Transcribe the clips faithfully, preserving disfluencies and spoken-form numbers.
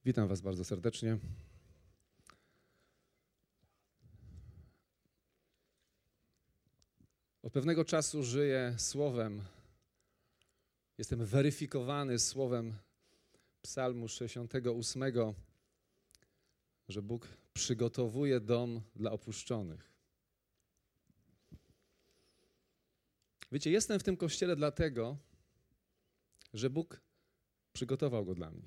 Witam Was bardzo serdecznie. Od pewnego czasu żyję słowem, jestem weryfikowany słowem Psalmu sześćdziesiątego ósmego, że Bóg przygotowuje dom dla opuszczonych. Wiecie, jestem w tym kościele dlatego, że Bóg przygotował go dla mnie.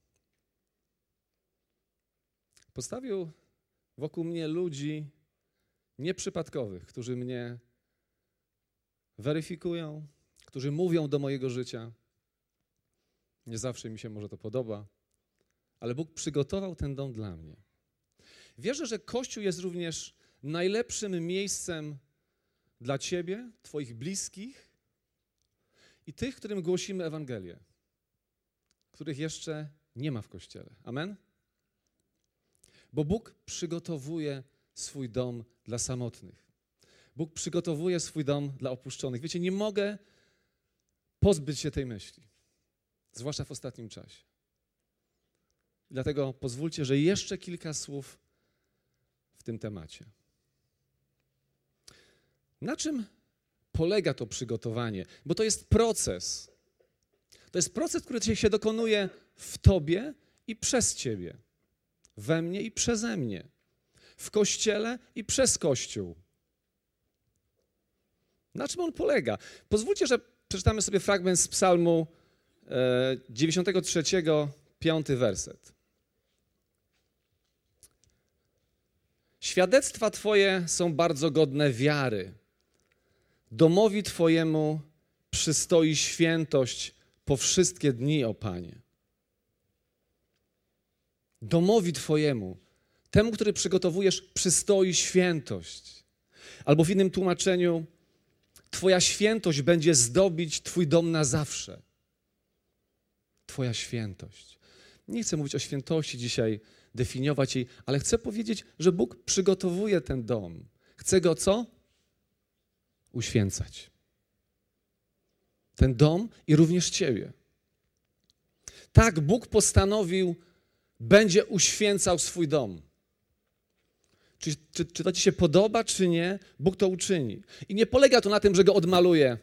Postawił wokół mnie ludzi nieprzypadkowych, którzy mnie weryfikują, którzy mówią do mojego życia. Nie zawsze mi się może to podoba, ale Bóg przygotował ten dom dla mnie. Wierzę, że Kościół jest również najlepszym miejscem dla Ciebie, Twoich bliskich i tych, którym głosimy Ewangelię, których jeszcze nie ma w Kościele. Amen? Bo Bóg przygotowuje swój dom dla samotnych. Bóg przygotowuje swój dom dla opuszczonych. Wiecie, nie mogę pozbyć się tej myśli, zwłaszcza w ostatnim czasie. Dlatego pozwólcie, że jeszcze kilka słów w tym temacie. Na czym polega to przygotowanie? Bo to jest proces. To jest proces, który się dokonuje w Tobie i przez Ciebie. We mnie i przeze mnie. W Kościele i przez Kościół. Na czym on polega? Pozwólcie, że przeczytamy sobie fragment z Psalmu dziewięćdziesiątego trzeciego, piąty werset. Świadectwa Twoje są bardzo godne wiary. Domowi Twojemu przystoi świętość po wszystkie dni, o Panie. Domowi Twojemu, temu, który przygotowujesz, przystoi świętość. Albo w innym tłumaczeniu, Twoja świętość będzie zdobić Twój dom na zawsze. Twoja świętość. Nie chcę mówić o świętości dzisiaj, definiować jej, ale chcę powiedzieć, że Bóg przygotowuje ten dom. Chce go co? Uświęcać. Ten dom i również Ciebie. Tak, Bóg postanowił, będzie uświęcał swój dom. Czy, czy, czy to Ci się podoba, czy nie, Bóg to uczyni. I nie polega to na tym, że go odmaluje,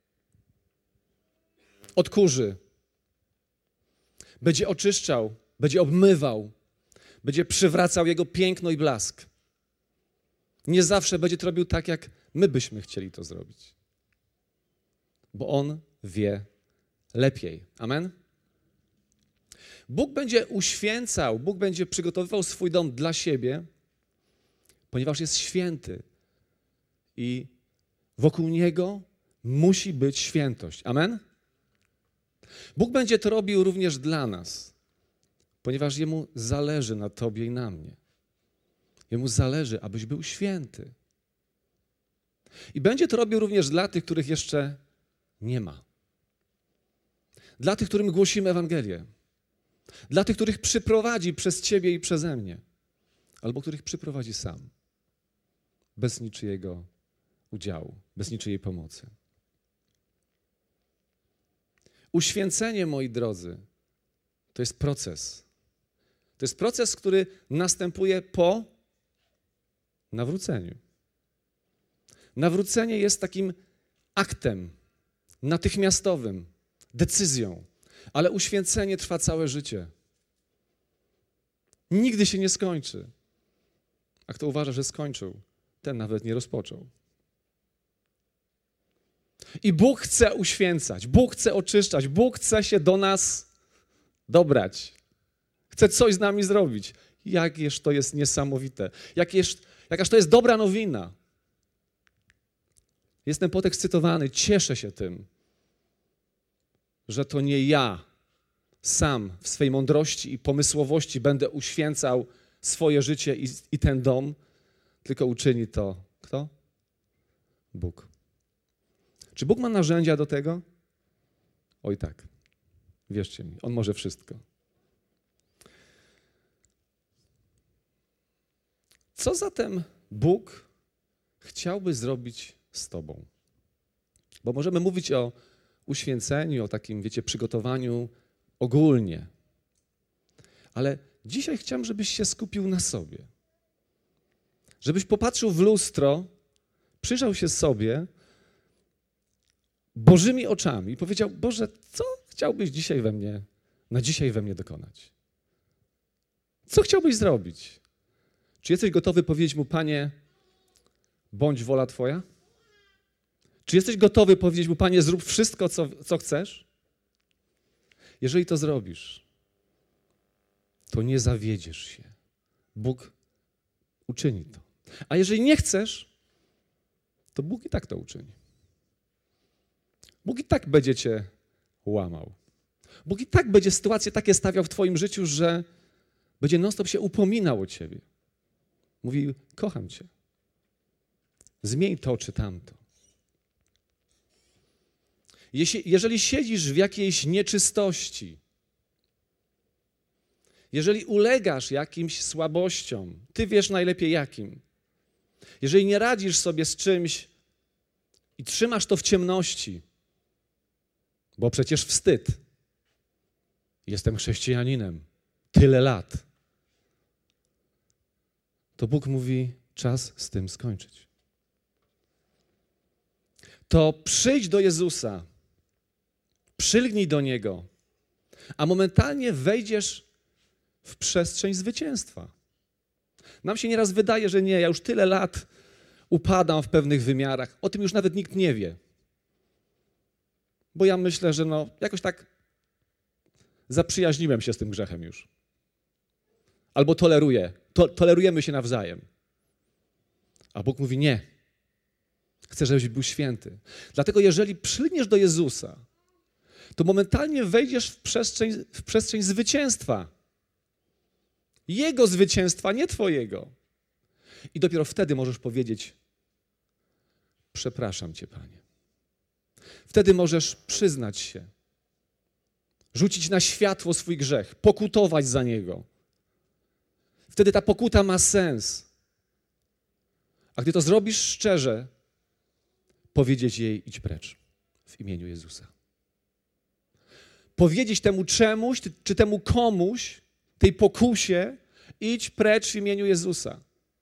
odkurzy, będzie oczyszczał, będzie obmywał, będzie przywracał jego piękno i blask. Nie zawsze będzie to robił tak, jak my byśmy chcieli to zrobić. Bo On wie lepiej. Amen? Bóg będzie uświęcał, Bóg będzie przygotowywał swój dom dla siebie, ponieważ jest święty i wokół Niego musi być świętość. Amen? Bóg będzie to robił również dla nas, ponieważ Jemu zależy na Tobie i na mnie. Jemu zależy, abyś był święty. I będzie to robił również dla tych, których jeszcze nie ma. Dla tych, którym głosimy Ewangelię. Dla tych, których przyprowadzi przez Ciebie i przeze mnie. Albo których przyprowadzi sam. Bez niczyjego udziału, bez niczyjej pomocy. Uświęcenie, moi drodzy, to jest proces. To jest proces, który następuje po nawróceniu. Nawrócenie jest takim aktem natychmiastowym, decyzją, ale uświęcenie trwa całe życie. Nigdy się nie skończy. A kto uważa, że skończył, ten nawet nie rozpoczął. I Bóg chce uświęcać, Bóg chce oczyszczać, Bóg chce się do nas dobrać. Chce coś z nami zrobić. Jakież to jest niesamowite. Jakież, jakaż to jest dobra nowina. Jestem podekscytowany, cieszę się tym, że to nie ja sam w swej mądrości i pomysłowości będę uświęcał swoje życie i, i ten dom, tylko uczyni to kto? Bóg. Czy Bóg ma narzędzia do tego? Oj tak, wierzcie mi, On może wszystko. Co zatem Bóg chciałby zrobić z Tobą? Bo możemy mówić o uświęceniu, o takim, wiecie, przygotowaniu ogólnie. Ale dzisiaj chciałem, żebyś się skupił na sobie. Żebyś popatrzył w lustro, przyjrzał się sobie Bożymi oczami i powiedział: Boże, co chciałbyś dzisiaj we mnie, na dzisiaj we mnie dokonać? Co chciałbyś zrobić? Czy jesteś gotowy powiedzieć mu: Panie, bądź wola Twoja? Czy jesteś gotowy powiedzieć mu: Panie, zrób wszystko, co, co chcesz? Jeżeli to zrobisz, to nie zawiedziesz się. Bóg uczyni to. A jeżeli nie chcesz, to Bóg i tak to uczyni. Bóg i tak będzie cię łamał. Bóg i tak będzie sytuacje takie stawiał w twoim życiu, że będzie non-stop się upominał o ciebie. Mówi: kocham cię. Zmień to czy tamto. Jeśli, jeżeli siedzisz w jakiejś nieczystości, jeżeli ulegasz jakimś słabościom, ty wiesz najlepiej jakim. Jeżeli nie radzisz sobie z czymś i trzymasz to w ciemności, bo przecież wstyd. Jestem chrześcijaninem tyle lat. To Bóg mówi: czas z tym skończyć. To przyjdź do Jezusa, przylgnij do Niego, a momentalnie wejdziesz w przestrzeń zwycięstwa. Nam się nieraz wydaje, że nie, ja już tyle lat upadam w pewnych wymiarach. O tym już nawet nikt nie wie. Bo ja myślę, że no jakoś tak zaprzyjaźniłem się z tym grzechem już. Albo toleruję. To, tolerujemy się nawzajem. A Bóg mówi: nie. Chcę, żebyś był święty. Dlatego jeżeli przylgniesz do Jezusa, to momentalnie wejdziesz w przestrzeń, w przestrzeń zwycięstwa. Jego zwycięstwa, nie twojego. I dopiero wtedy możesz powiedzieć: przepraszam cię, Panie. Wtedy możesz przyznać się, rzucić na światło swój grzech, pokutować za niego. Wtedy ta pokuta ma sens. A gdy to zrobisz szczerze, powiedzieć jej: idź precz w imieniu Jezusa. Powiedzieć temu czemuś, czy temu komuś, tej pokusie: idź precz w imieniu Jezusa.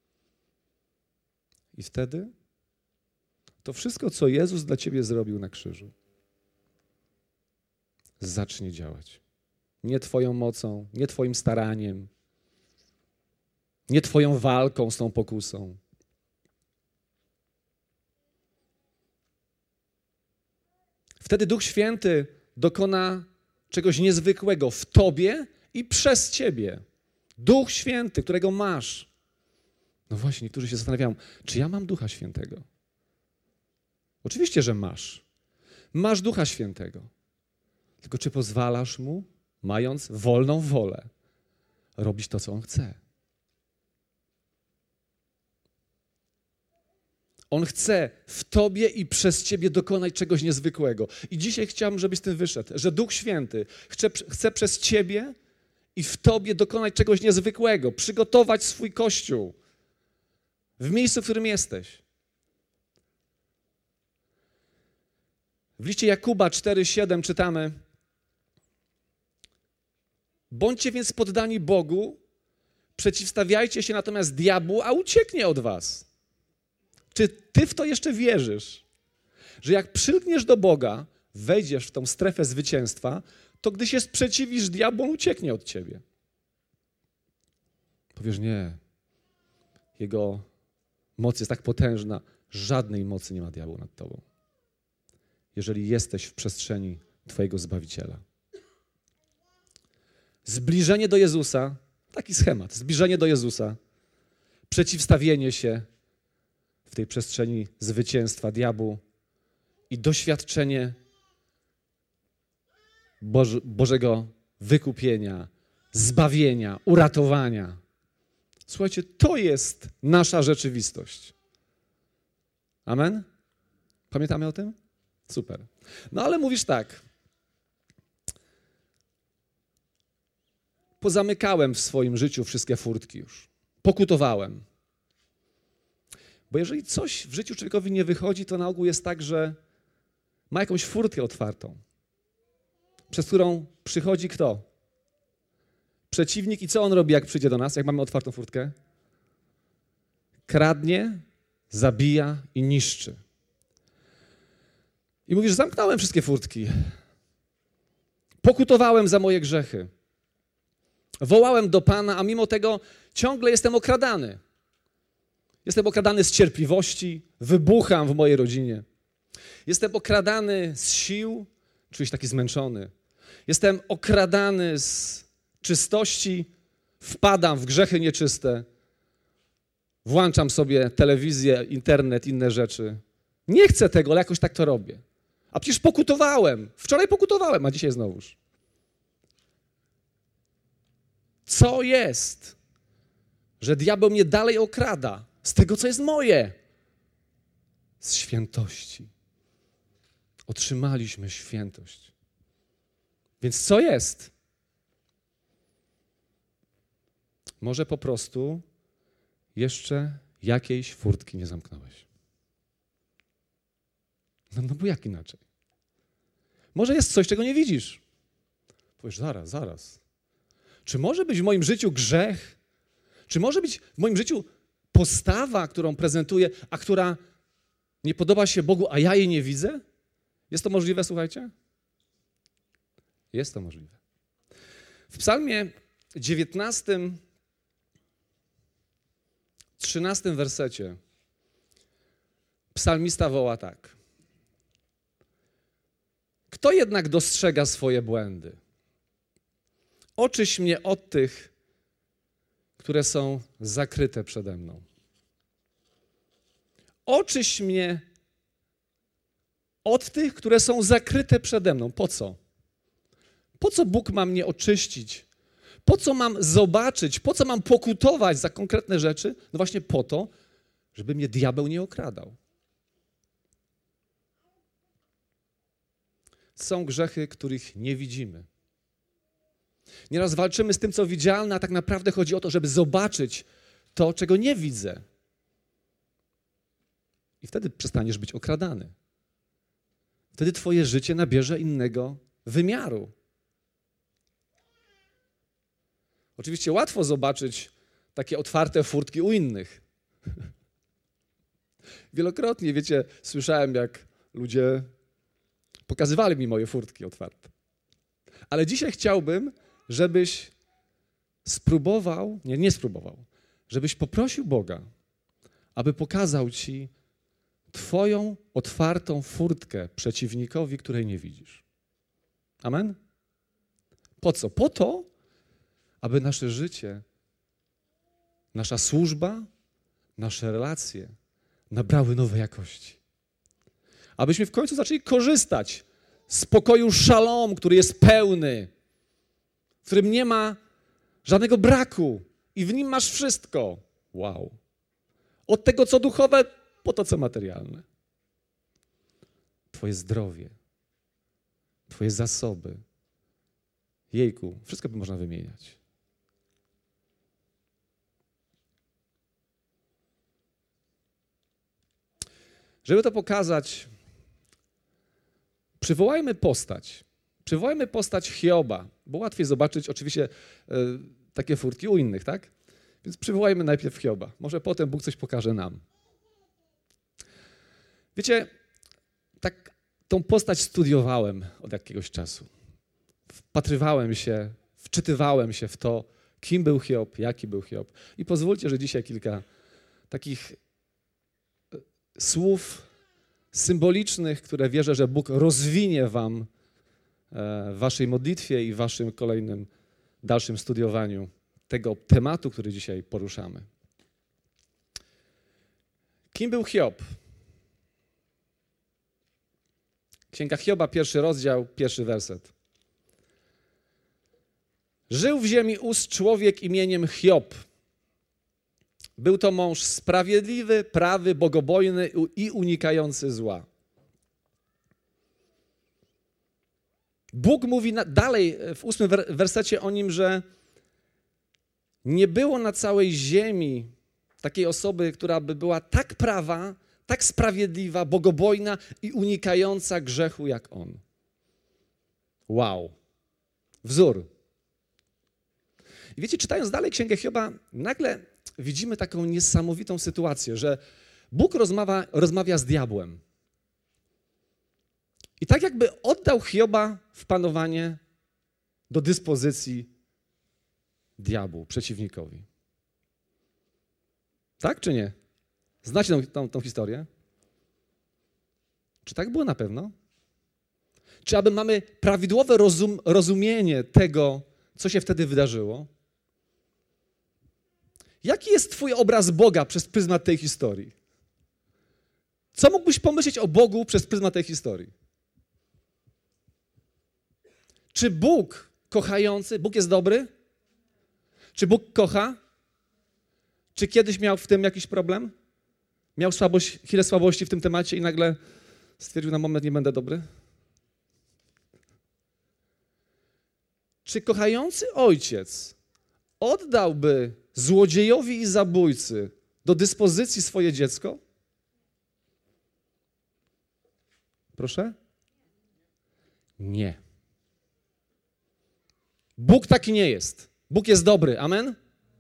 I wtedy to wszystko, co Jezus dla ciebie zrobił na krzyżu, zacznie działać. Nie twoją mocą, nie twoim staraniem, nie twoją walką z tą pokusą. Wtedy Duch Święty dokona czegoś niezwykłego w tobie i przez ciebie. Duch Święty, którego masz. No właśnie, niektórzy się zastanawiają, czy ja mam Ducha Świętego? Oczywiście, że masz. Masz Ducha Świętego. Tylko czy pozwalasz Mu, mając wolną wolę, robić to, co On chce? On chce w tobie i przez ciebie dokonać czegoś niezwykłego. I dzisiaj chciałbym, żebyś z tym wyszedł, że Duch Święty chce, chce przez ciebie i w tobie dokonać czegoś niezwykłego, przygotować swój Kościół w miejscu, w którym jesteś. W liście Jakuba cztery siedem czytamy: bądźcie więc poddani Bogu, przeciwstawiajcie się natomiast diabłu, a ucieknie od was. Czy ty w to jeszcze wierzysz? Że jak przylgniesz do Boga, wejdziesz w tą strefę zwycięstwa, to gdy się sprzeciwisz diabłu, on ucieknie od ciebie. Powiesz: nie, jego moc jest tak potężna, żadnej mocy nie ma diabła nad tobą. Jeżeli jesteś w przestrzeni twojego Zbawiciela. Zbliżenie do Jezusa, taki schemat, zbliżenie do Jezusa, przeciwstawienie się w tej przestrzeni zwycięstwa diabłu i doświadczenie Boże, Bożego wykupienia, zbawienia, uratowania. Słuchajcie, to jest nasza rzeczywistość. Amen? Pamiętamy o tym? Super. No ale mówisz tak: pozamykałem w swoim życiu wszystkie furtki już. Pokutowałem. Bo jeżeli coś w życiu człowiekowi nie wychodzi, to na ogół jest tak, że ma jakąś furtkę otwartą, przez którą przychodzi kto? przeciwnik i co on robi, jak przyjdzie do nas, jak mamy otwartą furtkę? Kradnie, zabija i niszczy. I mówisz, zamknąłem wszystkie furtki. Pokutowałem za moje grzechy. Wołałem do Pana, a mimo tego ciągle jestem okradany. Jestem okradany z cierpliwości, wybucham w mojej rodzinie. Jestem okradany z sił, czuję się taki zmęczony. Jestem okradany z czystości, wpadam w grzechy nieczyste. Włączam sobie telewizję, internet, inne rzeczy. Nie chcę tego, ale jakoś tak to robię. A przecież pokutowałem. Wczoraj pokutowałem, a dzisiaj znowuż. Co jest, że diabeł mnie dalej okrada z tego, co jest moje? Z świętości. Otrzymaliśmy świętość. Więc co jest? Może po prostu jeszcze jakiejś furtki nie zamknąłeś. No, no bo jak inaczej? Może jest coś, czego nie widzisz. Powiesz, zaraz, zaraz. Czy może być w moim życiu grzech? Czy może być w moim życiu postawa, którą prezentuję, a która nie podoba się Bogu, a ja jej nie widzę? Jest to możliwe, słuchajcie? Jest to możliwe. W psalmie dziewiętnastym, trzynastym wersecie psalmista woła tak. Kto jednak dostrzega swoje błędy? Oczyś mnie od tych, które są zakryte przede mną. Oczyś mnie od tych, które są zakryte przede mną. Po co? Po co Bóg ma mnie oczyścić? Po co mam zobaczyć? Po co mam pokutować za konkretne rzeczy? No właśnie po to, żeby mnie diabeł nie okradał. Są grzechy, których nie widzimy. Nieraz walczymy z tym, co widzialne, a tak naprawdę chodzi o to, żeby zobaczyć to, czego nie widzę. I wtedy przestaniesz być okradany. Wtedy twoje życie nabierze innego wymiaru. Oczywiście łatwo zobaczyć takie otwarte furtki u innych. Wielokrotnie, wiecie, słyszałem, jak ludzie pokazywali mi moje furtki otwarte. Ale dzisiaj chciałbym, żebyś spróbował, nie, nie spróbował, żebyś poprosił Boga, aby pokazał ci twoją otwartą furtkę przeciwnikowi, której nie widzisz. Amen? Po co? Po to, aby nasze życie, nasza służba, nasze relacje nabrały nowej jakości. Abyśmy w końcu zaczęli korzystać z pokoju szalom, który jest pełny, w którym nie ma żadnego braku i w nim masz wszystko. Wow. Od tego, co duchowe, po to, co materialne. Twoje zdrowie, twoje zasoby. Jejku, wszystko by można wymieniać. Żeby to pokazać, przywołajmy postać. Przywołajmy postać Hioba, bo łatwiej zobaczyć oczywiście y, takie furtki u innych, tak? Więc przywołajmy najpierw Hioba. Może potem Bóg coś pokaże nam. Wiecie, tak tą postać studiowałem od jakiegoś czasu. Wpatrywałem się, wczytywałem się w to, kim był Hiob, jaki był Hiob. I pozwólcie, że dzisiaj kilka takich słów symbolicznych, które wierzę, że Bóg rozwinie wam w waszej modlitwie i w waszym kolejnym, dalszym studiowaniu tego tematu, który dzisiaj poruszamy. Kim był Hiob? Księga Hioba, pierwszy rozdział, pierwszy werset. Żył w ziemi ust człowiek imieniem Hiob. Był to mąż sprawiedliwy, prawy, bogobojny i unikający zła. Bóg mówi dalej w ósmym wersecie o nim, że nie było na całej ziemi takiej osoby, która by była tak prawa, tak sprawiedliwa, bogobojna i unikająca grzechu jak on. Wow. Wzór. I wiecie, czytając dalej Księgę Hioba, nagle widzimy taką niesamowitą sytuację, że Bóg rozmawia, rozmawia z diabłem. I tak jakby oddał Hioba w panowanie do dyspozycji diabłu, przeciwnikowi. Tak czy nie? Znacie tą, tą, tą historię? Czy tak było na pewno? Czy aby mamy prawidłowe rozum, rozumienie tego, co się wtedy wydarzyło? Jaki jest twój obraz Boga przez pryzmat tej historii? Co mógłbyś pomyśleć o Bogu przez pryzmat tej historii? Czy Bóg kochający, Bóg jest dobry? Czy Bóg kocha? Czy kiedyś miał w tym jakiś problem? Miał słabość, chwilę słabości w tym temacie i nagle stwierdził na moment, nie będę dobry? Czy kochający ojciec oddałby złodziejowi i zabójcy do dyspozycji swoje dziecko? Proszę? Nie. Bóg taki nie jest. Bóg jest dobry. Amen?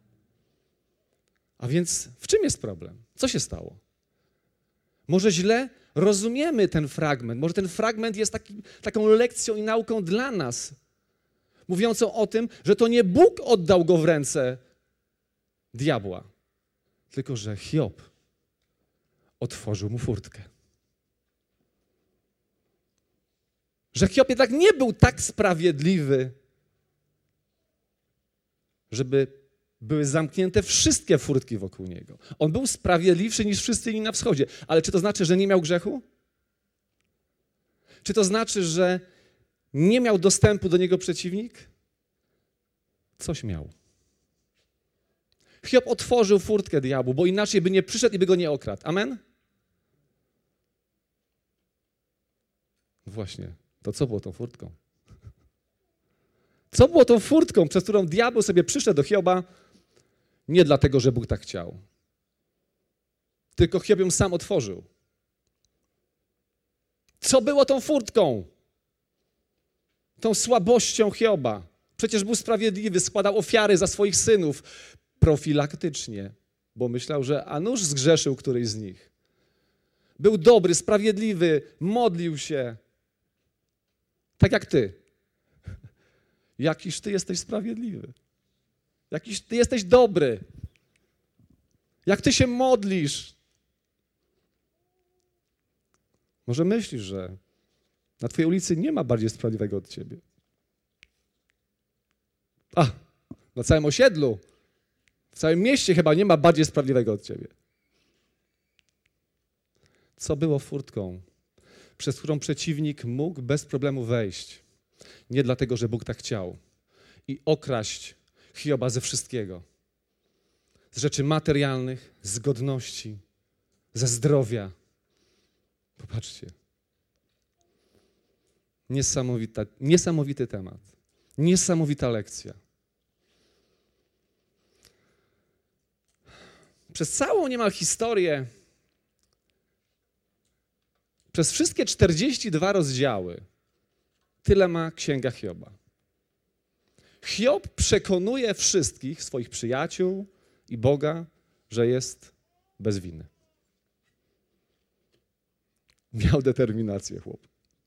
A więc w czym jest problem? Co się stało? Może źle rozumiemy ten fragment. Może ten fragment jest taki, taką lekcją i nauką dla nas, mówiącą o tym, że to nie Bóg oddał go w ręce diabła, tylko że Hiob otworzył mu furtkę. Że Hiob jednak nie był tak sprawiedliwy, żeby były zamknięte wszystkie furtki wokół niego. On był sprawiedliwszy niż wszyscy inni na wschodzie. Ale czy to znaczy, że nie miał grzechu? Czy to znaczy, że nie miał dostępu do niego przeciwnik? Coś miał. Hiob otworzył furtkę diabłu, bo inaczej by nie przyszedł i by go nie okradł. Amen? Właśnie. To co było tą furtką? Co było tą furtką, przez którą diabeł sobie przyszedł do Hioba? Nie dlatego, że Bóg tak chciał. Tylko Hiob ją sam otworzył. Co było tą furtką? Tą słabością Hioba. Przecież był sprawiedliwy, składał ofiary za swoich synów profilaktycznie, bo myślał, że a nuż zgrzeszył któryś z nich. Był dobry, sprawiedliwy, modlił się. Tak jak ty. Jakiż ty jesteś sprawiedliwy. Jakiż ty jesteś dobry. Jak ty się modlisz. Może myślisz, że na twojej ulicy nie ma bardziej sprawiedliwego od ciebie. A, na całym osiedlu, w całym mieście chyba nie ma bardziej sprawiedliwego od ciebie. Co było furtką, przez którą przeciwnik mógł bez problemu wejść? Nie dlatego, że Bóg tak chciał. I okraść Hioba ze wszystkiego. Z rzeczy materialnych, z godności, ze zdrowia. Popatrzcie. Niesamowita, niesamowity temat. Niesamowita lekcja. Przez całą niemal historię, przez wszystkie czterdzieści dwa rozdziały, tyle ma Księga Hioba. Hiob przekonuje wszystkich swoich przyjaciół i Boga, że jest bez winy. Miał determinację chłop.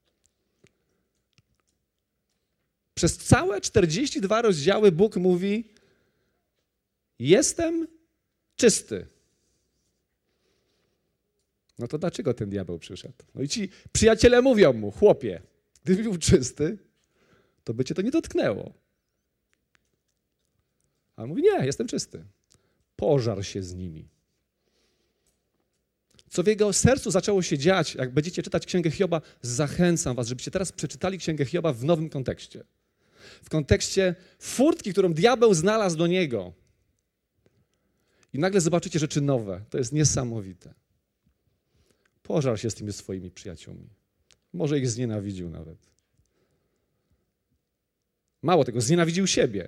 Przez całe czterdzieści dwa rozdziały Bóg mówi: jestem czysty. No to dlaczego ten diabeł przyszedł? No i ci przyjaciele mówią mu: chłopie, gdyby był czysty, to by cię to nie dotknęło. A on mówi: nie, jestem czysty. Pożar się z nimi. Co w jego sercu zaczęło się dziać, jak będziecie czytać Księgę Hioba, zachęcam was, żebyście teraz przeczytali Księgę Hioba w nowym kontekście. W kontekście furtki, którą diabeł znalazł do niego. I nagle zobaczycie rzeczy nowe. To jest niesamowite. Pożar się z tymi swoimi przyjaciółmi. Może ich znienawidził nawet. Mało tego, znienawidził siebie.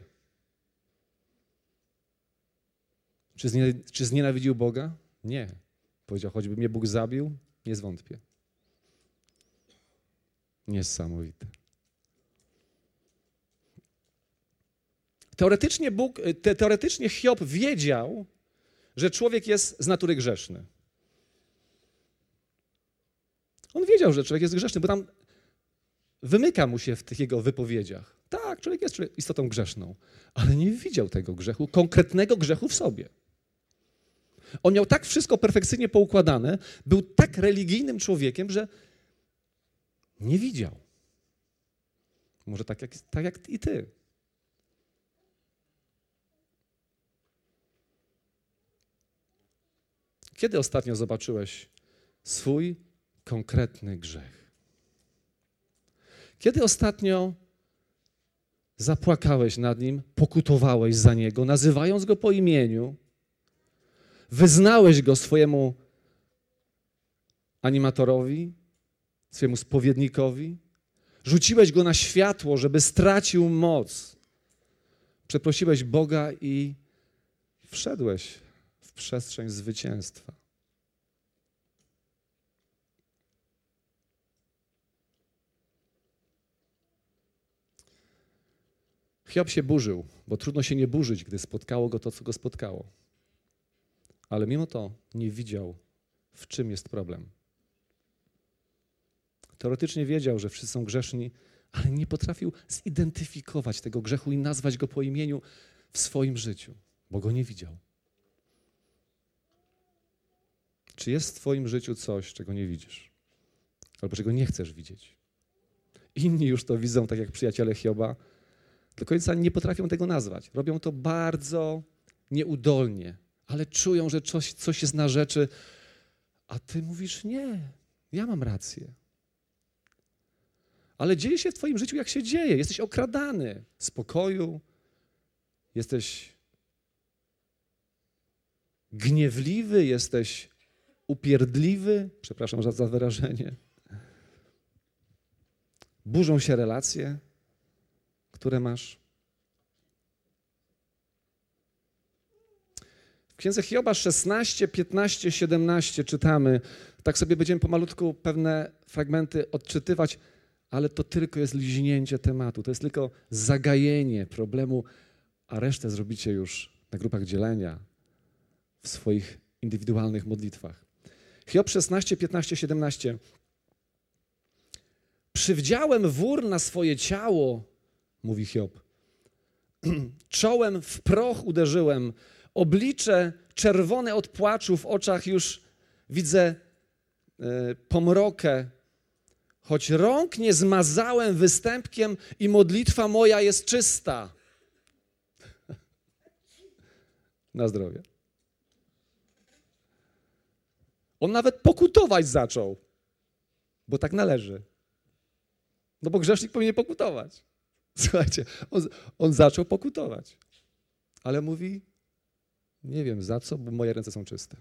Czy, znie, czy znienawidził Boga? Nie. Powiedział: choćby mnie Bóg zabił, nie zwątpię. Niesamowite. Teoretycznie, Bóg, te, teoretycznie Hiob wiedział, że człowiek jest z natury grzeszny. On wiedział, że człowiek jest grzeszny, bo tam wymyka mu się w tych jego wypowiedziach. Tak, człowiek jest istotą grzeszną, ale nie widział tego grzechu, konkretnego grzechu w sobie. On miał tak wszystko perfekcyjnie poukładane, był tak religijnym człowiekiem, że nie widział. Może tak jak, tak jak i ty. Kiedy ostatnio zobaczyłeś swój konkretny grzech? Kiedy ostatnio zapłakałeś nad nim, pokutowałeś za niego, nazywając go po imieniu, wyznałeś go swojemu animatorowi, swojemu spowiednikowi, rzuciłeś go na światło, żeby stracił moc. Przeprosiłeś Boga i wszedłeś w przestrzeń zwycięstwa. Hiob się burzył, bo trudno się nie burzyć, gdy spotkało go to, co go spotkało. Ale mimo to nie widział, w czym jest problem. Teoretycznie wiedział, że wszyscy są grzeszni, ale nie potrafił zidentyfikować tego grzechu i nazwać go po imieniu w swoim życiu, bo go nie widział. Czy jest w twoim życiu coś, czego nie widzisz? Albo czego nie chcesz widzieć? Inni już to widzą, tak jak przyjaciele Hioba, do końca nie potrafią tego nazwać. Robią to bardzo nieudolnie, ale czują, że coś, coś jest na rzeczy, a ty mówisz, nie, ja mam rację. Ale dzieje się w twoim życiu, jak się dzieje. Jesteś okradany z pokoju, jesteś gniewliwy, jesteś upierdliwy, przepraszam za, za wyrażenie. Burzą się relacje, które masz. W Księdze Hioba szesnaście, piętnaście, siedemnaście czytamy, tak sobie będziemy pomalutku pewne fragmenty odczytywać, ale to tylko jest liźnięcie tematu, to jest tylko zagajenie problemu, a resztę zrobicie już na grupach dzielenia, w swoich indywidualnych modlitwach. Hiob szesnaście, piętnaście, siedemnaście. Przywdziałem wór na swoje ciało, mówi Hiob. Czołem w proch uderzyłem, oblicze czerwone od płaczu, w oczach już widzę y, pomrokę. Choć rąk nie zmazałem występkiem i modlitwa moja jest czysta. Na zdrowie. On nawet pokutować zaczął, bo tak należy. No bo grzesznik powinien pokutować. Słuchajcie, on, on zaczął pokutować, ale mówi, nie wiem za co, bo moje ręce są czyste.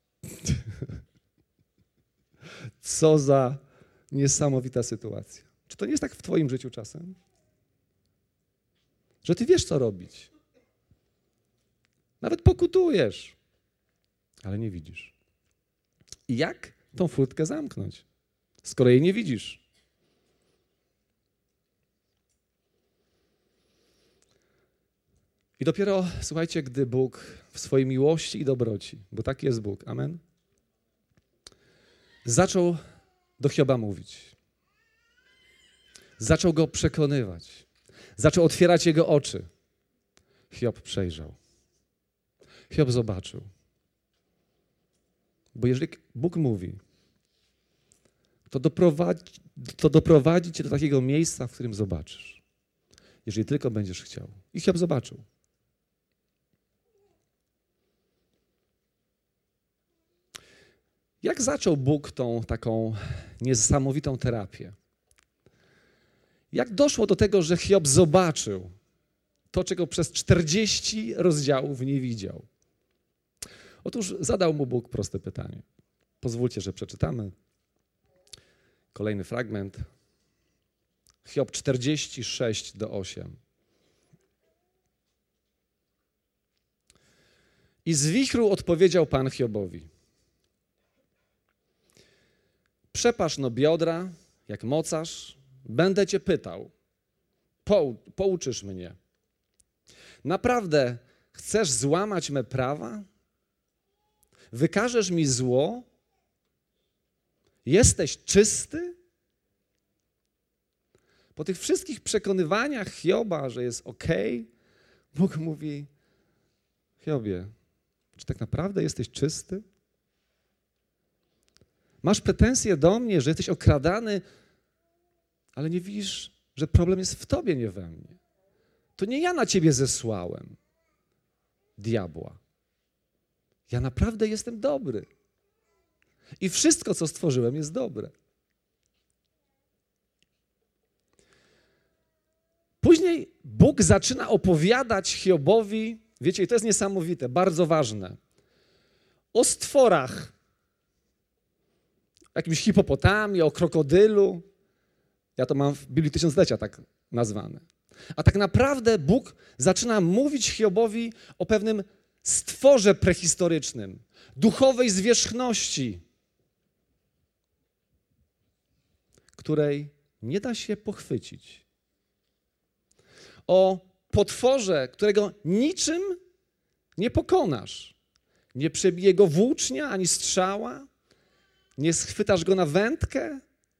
Co za niesamowita sytuacja. Czy to nie jest tak w twoim życiu czasem? Że ty wiesz, co robić. Nawet pokutujesz, ale nie widzisz. I jak tą furtkę zamknąć, skoro jej nie widzisz? I dopiero, słuchajcie, gdy Bóg w swojej miłości i dobroci, bo taki jest Bóg, amen, zaczął do Hioba mówić. Zaczął go przekonywać. Zaczął otwierać jego oczy. Hiob przejrzał. Hiob zobaczył. Bo jeżeli Bóg mówi, to doprowadzi, to doprowadzi cię do takiego miejsca, w którym zobaczysz. Jeżeli tylko będziesz chciał. I Hiob zobaczył. Jak zaczął Bóg tą taką niesamowitą terapię? Jak doszło do tego, że Hiob zobaczył to, czego przez czterdzieści rozdziałów nie widział? Otóż zadał mu Bóg proste pytanie. Pozwólcie, że przeczytamy kolejny fragment. Hiob czterdzieści sześć do osiem. I z wichru odpowiedział Pan Hiobowi. Przepasz no biodra, jak mocarz, będę cię pytał, pou, pouczysz mnie. naprawdę chcesz złamać me prawa? Wykażesz mi zło? Jesteś czysty? Po tych wszystkich przekonywaniach Hioba, że jest okej, Bóg mówi: Hiobie, czy tak naprawdę jesteś czysty? Masz pretensje do mnie, że jesteś okradany, ale nie widzisz, że problem jest w tobie, nie we mnie. To nie ja na ciebie zesłałem diabła. Ja naprawdę jestem dobry. I wszystko, co stworzyłem, jest dobre. Później Bóg zaczyna opowiadać Hiobowi, wiecie, i to jest niesamowite, bardzo ważne, o stworach, o jakimś hipopotamie, o krokodylu. Ja to mam w Biblii Tysiąclecia tak nazwane. A tak naprawdę Bóg zaczyna mówić Hiobowi o pewnym stworze prehistorycznym, duchowej zwierzchności, której nie da się pochwycić. O potworze, którego niczym nie pokonasz. Nie przebije go włócznia ani strzała, nie schwytasz go na wędkę.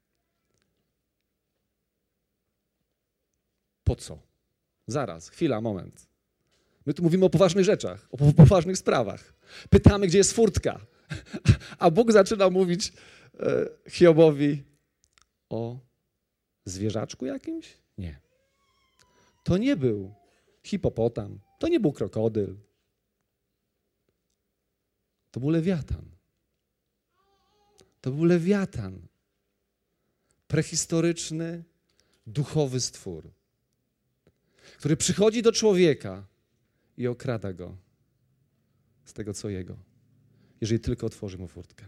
Po co? Zaraz, chwila, moment. My tu mówimy o poważnych rzeczach, o poważnych sprawach. Pytamy, gdzie jest furtka. A Bóg zaczyna mówić e, Hiobowi o zwierzaczku jakimś? Nie. To nie był hipopotam, to nie był krokodyl. To był lewiatan. To był lewiatan. Prehistoryczny, duchowy stwór, który przychodzi do człowieka i okrada go z tego, co jego, jeżeli tylko otworzy mu furtkę.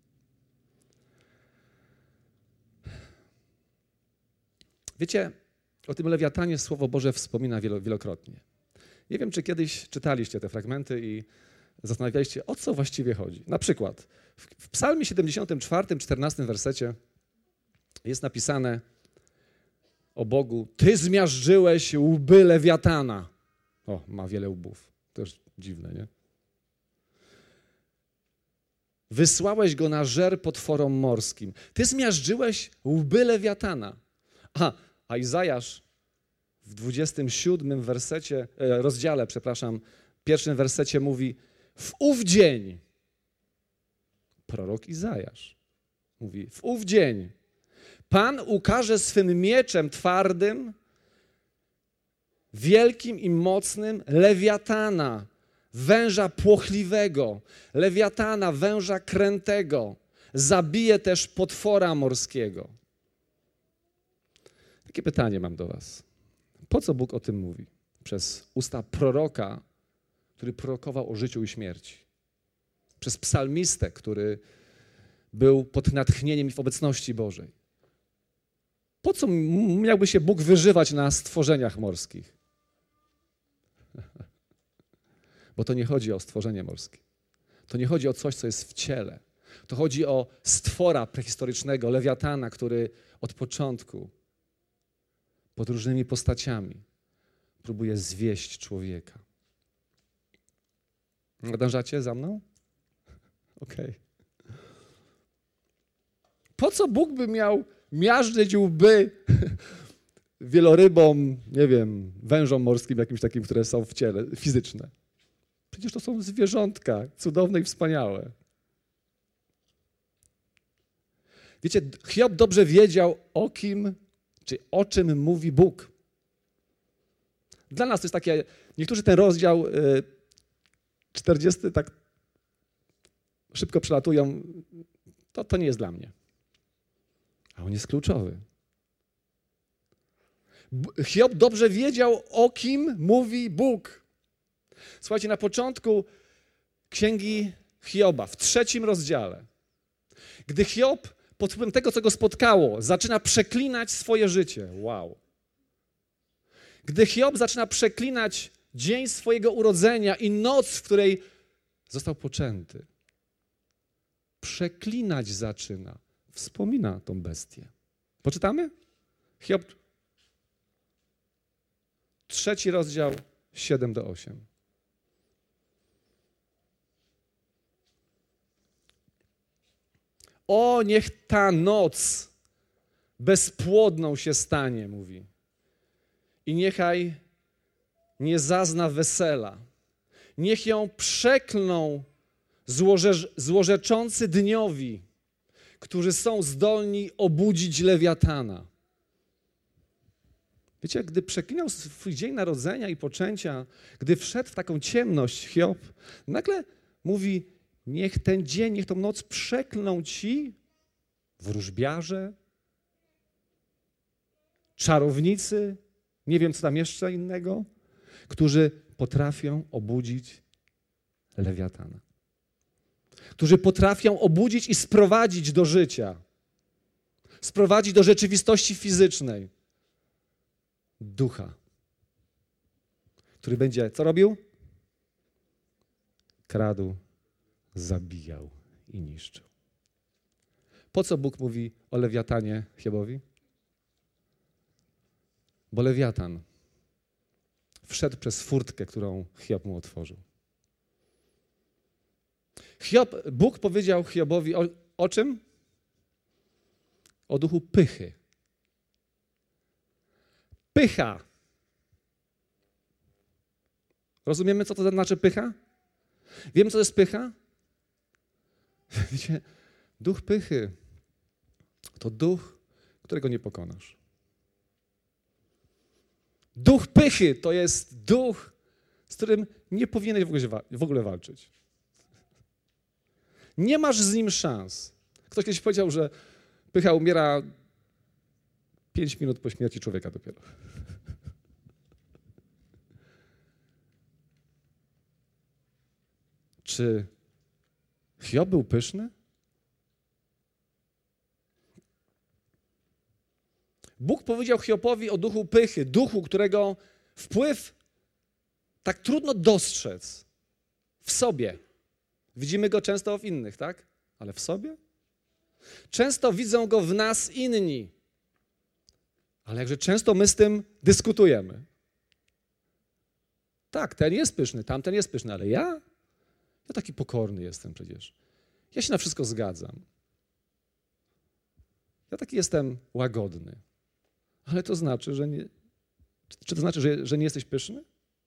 Wiecie, o tym lewiatanie Słowo Boże wspomina wielokrotnie. Nie wiem, czy kiedyś czytaliście te fragmenty i zastanawialiście, o co właściwie chodzi. Na przykład w Psalmie siedemdziesiątym czwartym, czternastym wersecie jest napisane o Bogu: Ty zmiażdżyłeś łby lewiatana. O, ma wiele łbów. Też dziwne, nie? Wysłałeś go na żer potworom morskim. Ty zmiażdżyłeś łby lewiatana. Aha, a Izajasz w dwudziestym siódmym wersecie, rozdziale, przepraszam, pierwszym wersecie mówi: w ów dzień, prorok Izajasz mówi, w ów dzień Pan ukaże swym mieczem twardym, wielkim i mocnym lewiatana, węża płochliwego, lewiatana, węża krętego. Zabije też potwora morskiego. Takie pytanie mam do was. Po co Bóg o tym mówi? Przez usta proroka, który prorokował o życiu i śmierci. Przez psalmistę, który był pod natchnieniem i w obecności Bożej. Po co miałby się Bóg wyżywać na stworzeniach morskich? Bo to nie chodzi o stworzenie morskie. To nie chodzi o coś, co jest w ciele. To chodzi o stwora prehistorycznego, lewiatana, który od początku pod różnymi postaciami próbuje zwieść człowieka. Nadążacie za mną? Okej. Okay. Po co Bóg by miał miażdżyć łby wielorybom, nie wiem, wężom morskim, jakimś takim, które są w ciele, fizyczne? Przecież to są zwierzątka, cudowne i wspaniałe. Wiecie, Hiob dobrze wiedział, o kim, czy o czym mówi Bóg. Dla nas to jest takie, niektórzy ten rozdział czterdziesty tak szybko przelatują, to, to nie jest dla mnie. A on jest kluczowy. Hiob dobrze wiedział, o kim mówi Bóg. Słuchajcie, na początku Księgi Hioba, w trzecim rozdziale, gdy Hiob pod wpływem tego, co go spotkało, zaczyna przeklinać swoje życie. Wow. Gdy Hiob zaczyna przeklinać dzień swojego urodzenia i noc, w której został poczęty. Przeklinać zaczyna. Wspomina tą bestię. Poczytamy? Hiob, trzeci rozdział, siedem do ośmiu. O, niech ta noc bezpłodną się stanie, mówi. I niechaj nie zazna wesela. Niech ją przeklną złoże, złorzeczący dniowi, którzy są zdolni obudzić lewiatana. Wiecie, gdy przeklinał swój dzień narodzenia i poczęcia, gdy wszedł w taką ciemność Hiob, nagle mówi, niech ten dzień, niech tą noc przeklną ci wróżbiarze, czarownicy, nie wiem co tam jeszcze innego, którzy potrafią obudzić lewiatana. Którzy potrafią obudzić i sprowadzić do życia, sprowadzić do rzeczywistości fizycznej ducha, który będzie co robił? Kradł, zabijał i niszczył. Po co Bóg mówi o lewiatanie Hiobowi? Bo lewiatan wszedł przez furtkę, którą Hiob mu otworzył. Hiob, Bóg powiedział Hiobowi o, o czym? O duchu pychy. Pycha. Rozumiemy, co to znaczy pycha? Wiemy, co to jest pycha? Wiecie, duch pychy to duch, którego nie pokonasz. Duch pychy to jest duch, z którym nie powinieneś w ogóle, w ogóle walczyć. Nie masz z nim szans. Ktoś kiedyś powiedział, że pycha umiera pięć minut po śmierci człowieka dopiero. Czy Hiob był pyszny? Bóg powiedział Hiobowi o duchu pychy, duchu, którego wpływ tak trudno dostrzec w sobie. Widzimy go często w innych, tak? Ale w sobie? Często widzą go w nas inni. Ale jakże często my z tym dyskutujemy. Tak, ten jest pyszny, tamten jest pyszny, ale ja? Ja taki pokorny jestem przecież. Ja się na wszystko zgadzam. Ja taki jestem łagodny. Ale to znaczy, że nie... Czy to znaczy, że, że nie jesteś pyszny?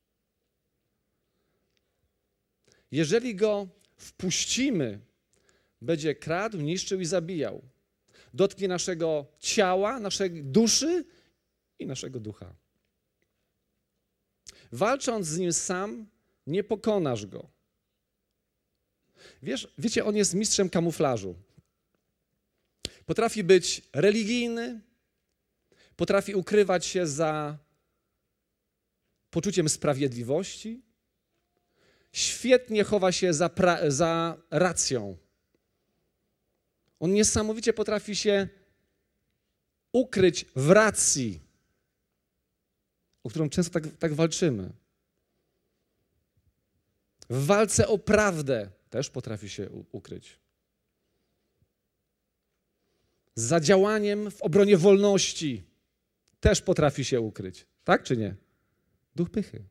Jeżeli go wpuścimy, będzie kradł, niszczył i zabijał. Dotknie naszego ciała, naszej duszy i naszego ducha. Walcząc z nim sam, nie pokonasz go. Wiesz, wiecie, on jest mistrzem kamuflażu. Potrafi być religijny, potrafi ukrywać się za poczuciem sprawiedliwości, świetnie chowa się za, pra- za racją. On niesamowicie potrafi się ukryć w racji, o którą często tak, tak walczymy. W walce o prawdę też potrafi się u- ukryć. Za działaniem w obronie wolności też potrafi się ukryć. Tak czy nie? Duch pychy.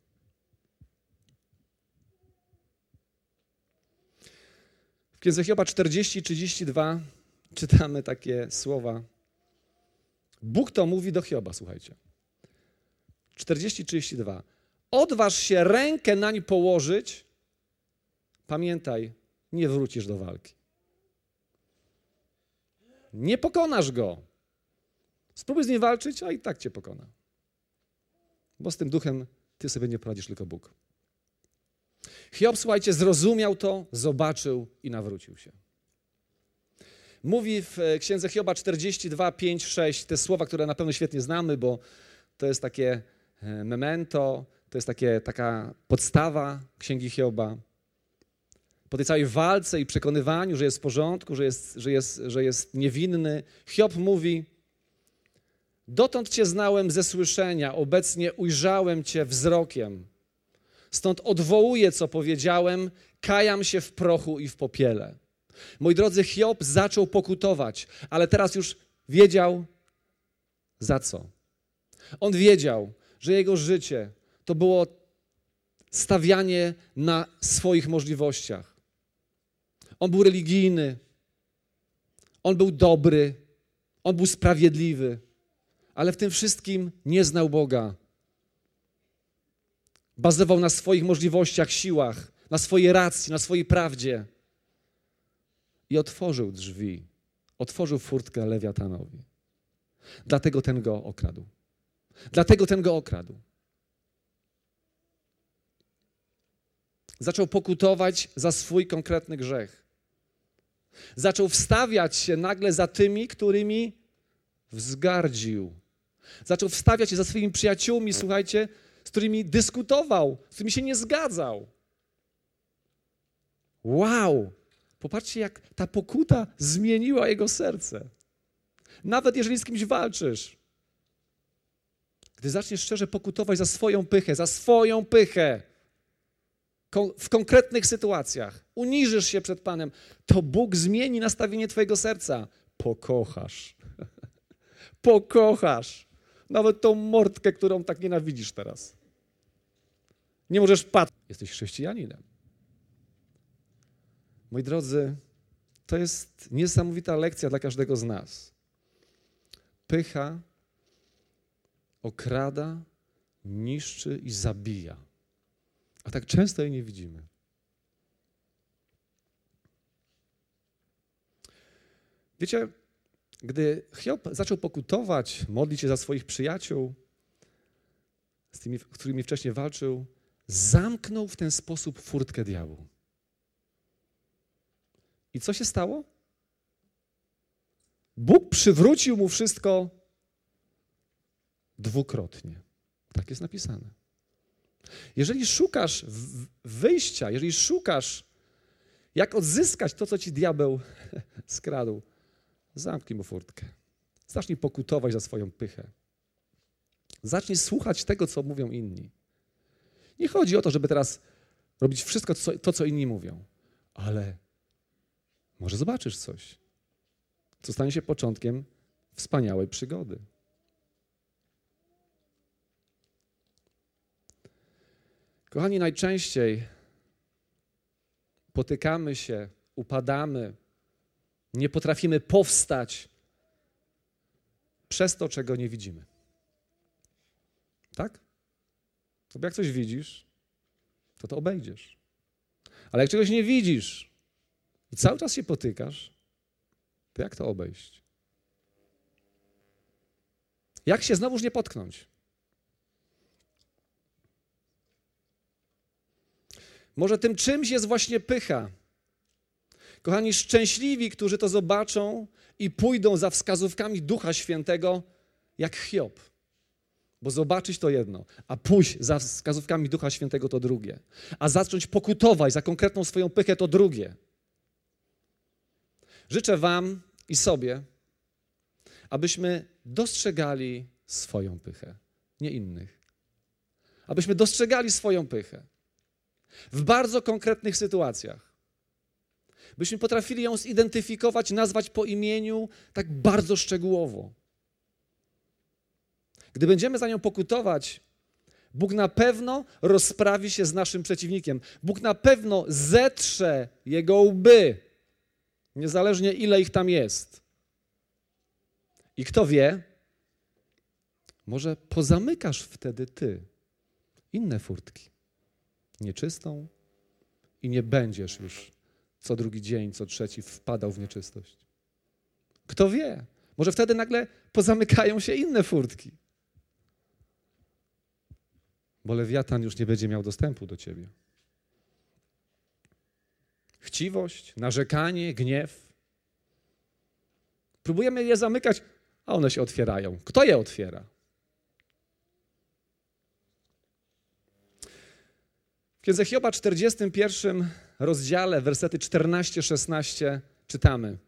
W Księdze Hioba czterdzieści trzydzieści dwa czytamy takie słowa. Bóg to mówi do Hioba, słuchajcie. czterdzieści trzydzieści dwa. Odważ się rękę nań położyć. Pamiętaj, nie wrócisz do walki. Nie pokonasz go. Spróbuj z nim walczyć, a i tak cię pokona. Bo z tym duchem ty sobie nie poradzisz, tylko Bóg. Hiob, słuchajcie, zrozumiał to, zobaczył i nawrócił się. Mówi w Księdze Hioba czterdzieści dwa, pięć, sześć te słowa, które na pewno świetnie znamy, bo to jest takie memento, to jest takie, taka podstawa Księgi Hioba. Po tej całej walce i przekonywaniu, że jest w porządku, że jest, że jest, że jest niewinny, Hiob mówi: dotąd cię znałem ze słyszenia, obecnie ujrzałem cię wzrokiem. Stąd odwołuję, co powiedziałem, kajam się w prochu i w popiele. Moi drodzy, Hiob zaczął pokutować, ale teraz już wiedział za co. On wiedział, że jego życie to było stawianie na swoich możliwościach. On był religijny, on był dobry, on był sprawiedliwy, ale w tym wszystkim nie znał Boga. Bazował na swoich możliwościach, siłach, na swojej racji, na swojej prawdzie. I otworzył drzwi, otworzył furtkę Lewiatanowi. Dlatego ten go okradł. Dlatego ten go okradł. Zaczął pokutować za swój konkretny grzech. Zaczął wstawiać się nagle za tymi, którymi wzgardził. Zaczął wstawiać się za swoimi przyjaciółmi, słuchajcie, z którymi dyskutował, z którymi się nie zgadzał. Wow! Popatrzcie, jak ta pokuta zmieniła jego serce. Nawet jeżeli z kimś walczysz. Gdy zaczniesz szczerze pokutować za swoją pychę, za swoją pychę, w konkretnych sytuacjach, uniżysz się przed Panem, to Bóg zmieni nastawienie twojego serca. Pokochasz. Pokochasz. Nawet tą mordkę, którą tak nienawidzisz teraz. Nie możesz patrzeć. Jesteś chrześcijaninem. Moi drodzy, to jest niesamowita lekcja dla każdego z nas. Pycha okrada, niszczy i zabija. A tak często jej nie widzimy. Wiecie, gdy Hiob zaczął pokutować, modlić się za swoich przyjaciół, z tymi, z którymi wcześniej walczył, zamknął w ten sposób furtkę diabłu. I co się stało? Bóg przywrócił mu wszystko dwukrotnie. Tak jest napisane. Jeżeli szukasz wyjścia, jeżeli szukasz, jak odzyskać to, co ci diabeł skradł, zamknij mu furtkę. Zacznij pokutować za swoją pychę. Zacznij słuchać tego, co mówią inni. Nie chodzi o to, żeby teraz robić wszystko co, to, co inni mówią, ale może zobaczysz coś, co stanie się początkiem wspaniałej przygody. Kochani, najczęściej potykamy się, upadamy, nie potrafimy powstać przez to, czego nie widzimy. Tak? Bo jak coś widzisz, to to obejdziesz. Ale jak czegoś nie widzisz i cały czas się potykasz, to jak to obejść? Jak się znowuż nie potknąć? Może tym czymś jest właśnie pycha. Kochani, szczęśliwi, którzy to zobaczą i pójdą za wskazówkami Ducha Świętego, jak Hiob. Bo zobaczyć to jedno, a pójść za wskazówkami Ducha Świętego to drugie. A zacząć pokutować za konkretną swoją pychę to drugie. Życzę wam i sobie, abyśmy dostrzegali swoją pychę, nie innych. Abyśmy dostrzegali swoją pychę w bardzo konkretnych sytuacjach. Byśmy potrafili ją zidentyfikować, nazwać po imieniu tak bardzo szczegółowo. Gdy będziemy za nią pokutować, Bóg na pewno rozprawi się z naszym przeciwnikiem. Bóg na pewno zetrze jego łby, niezależnie ile ich tam jest. I kto wie, może pozamykasz wtedy ty inne furtki, nieczystą i nie będziesz już co drugi dzień, co trzeci wpadał w nieczystość. Kto wie, może wtedy nagle pozamykają się inne furtki. Bo Lewiatan już nie będzie miał dostępu do ciebie. Chciwość, narzekanie, gniew. Próbujemy je zamykać, a one się otwierają. Kto je otwiera? W Księdze Hioba, czterdziestym pierwszym rozdziale, wersety czternaście szesnaście czytamy.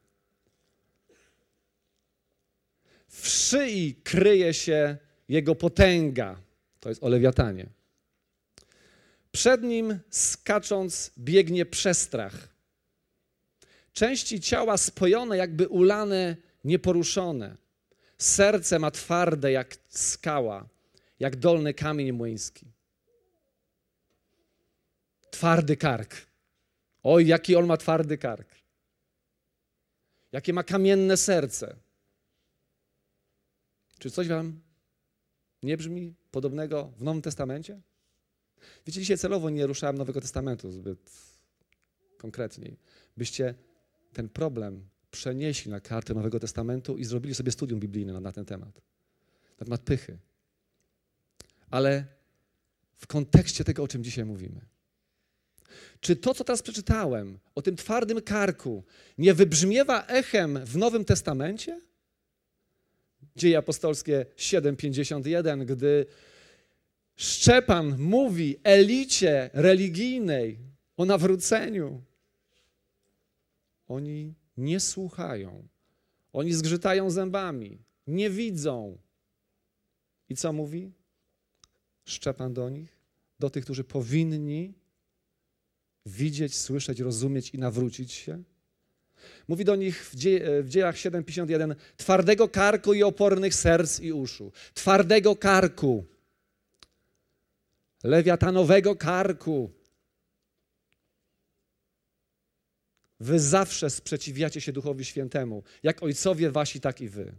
W szyi kryje się jego potęga. To jest o Lewiatanie. Przed nim skacząc biegnie przestrach. Części ciała spojone, jakby ulane, nieporuszone. Serce ma twarde jak skała, jak dolny kamień młyński. twardy kark. Oj, jaki on ma twardy kark. Jakie ma kamienne serce. Czy coś wam nie brzmi podobnego w Nowym Testamencie? Wiecie, dzisiaj celowo nie ruszałem Nowego Testamentu zbyt konkretniej, byście ten problem przenieśli na kartę Nowego Testamentu i zrobili sobie studium biblijne na, na ten temat. Na temat pychy. Ale w kontekście tego, o czym dzisiaj mówimy. Czy to, co teraz przeczytałem, o tym twardym karku, nie wybrzmiewa echem w Nowym Testamencie? Dzieje apostolskie siedem pięćdziesiąt jeden, gdy Szczepan mówi elicie religijnej o nawróceniu. Oni nie słuchają. Oni zgrzytają zębami. Nie widzą. I co mówi Szczepan do nich? Do tych, którzy powinni widzieć, słyszeć, rozumieć i nawrócić się? Mówi do nich w, dzie- w dziejach siedem pięćdziesiąt jeden twardego karku i opornych serc i uszu. Twardego karku. Lewiatanowego karku. Wy zawsze sprzeciwiacie się Duchowi Świętemu. Jak ojcowie wasi, tak i wy.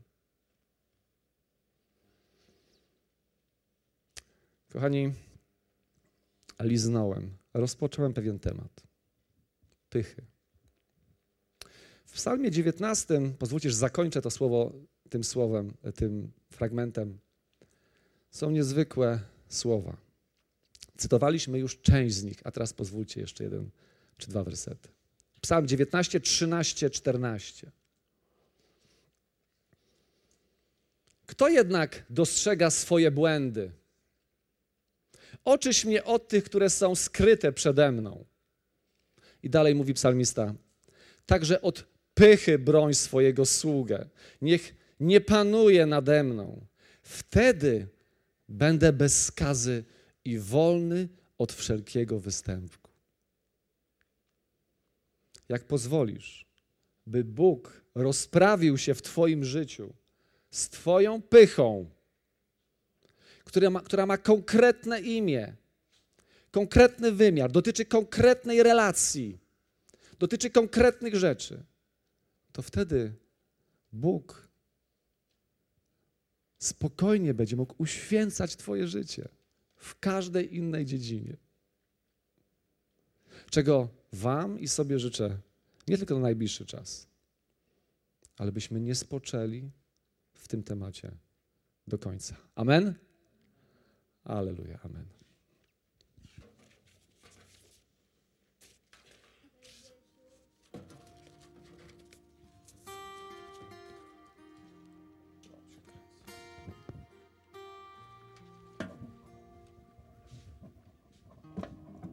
Kochani, liznąłem. Rozpocząłem pewien temat. Pychy. W psalmie dziewiętnastym, pozwólcie, że zakończę to słowo tym słowem, tym fragmentem. Są niezwykłe słowa. Cytowaliśmy już część z nich, a teraz pozwólcie jeszcze jeden czy dwa wersety. Psalm dziewiętnasty, trzynaście, czternaście. Kto jednak dostrzega swoje błędy? Oczyś mnie od tych, które są skryte przede mną. I dalej mówi psalmista. Także od pychy broń swojego sługę. Niech nie panuje nade mną. Wtedy będę bez skazy i wolny od wszelkiego występku. Jak pozwolisz, by Bóg rozprawił się w twoim życiu z twoją pychą, która ma, która ma konkretne imię, konkretny wymiar, dotyczy konkretnej relacji, dotyczy konkretnych rzeczy, to wtedy Bóg spokojnie będzie mógł uświęcać twoje życie w każdej innej dziedzinie. Czego wam i sobie życzę nie tylko na najbliższy czas, ale byśmy nie spoczęli w tym temacie do końca. Amen? Alleluja, amen.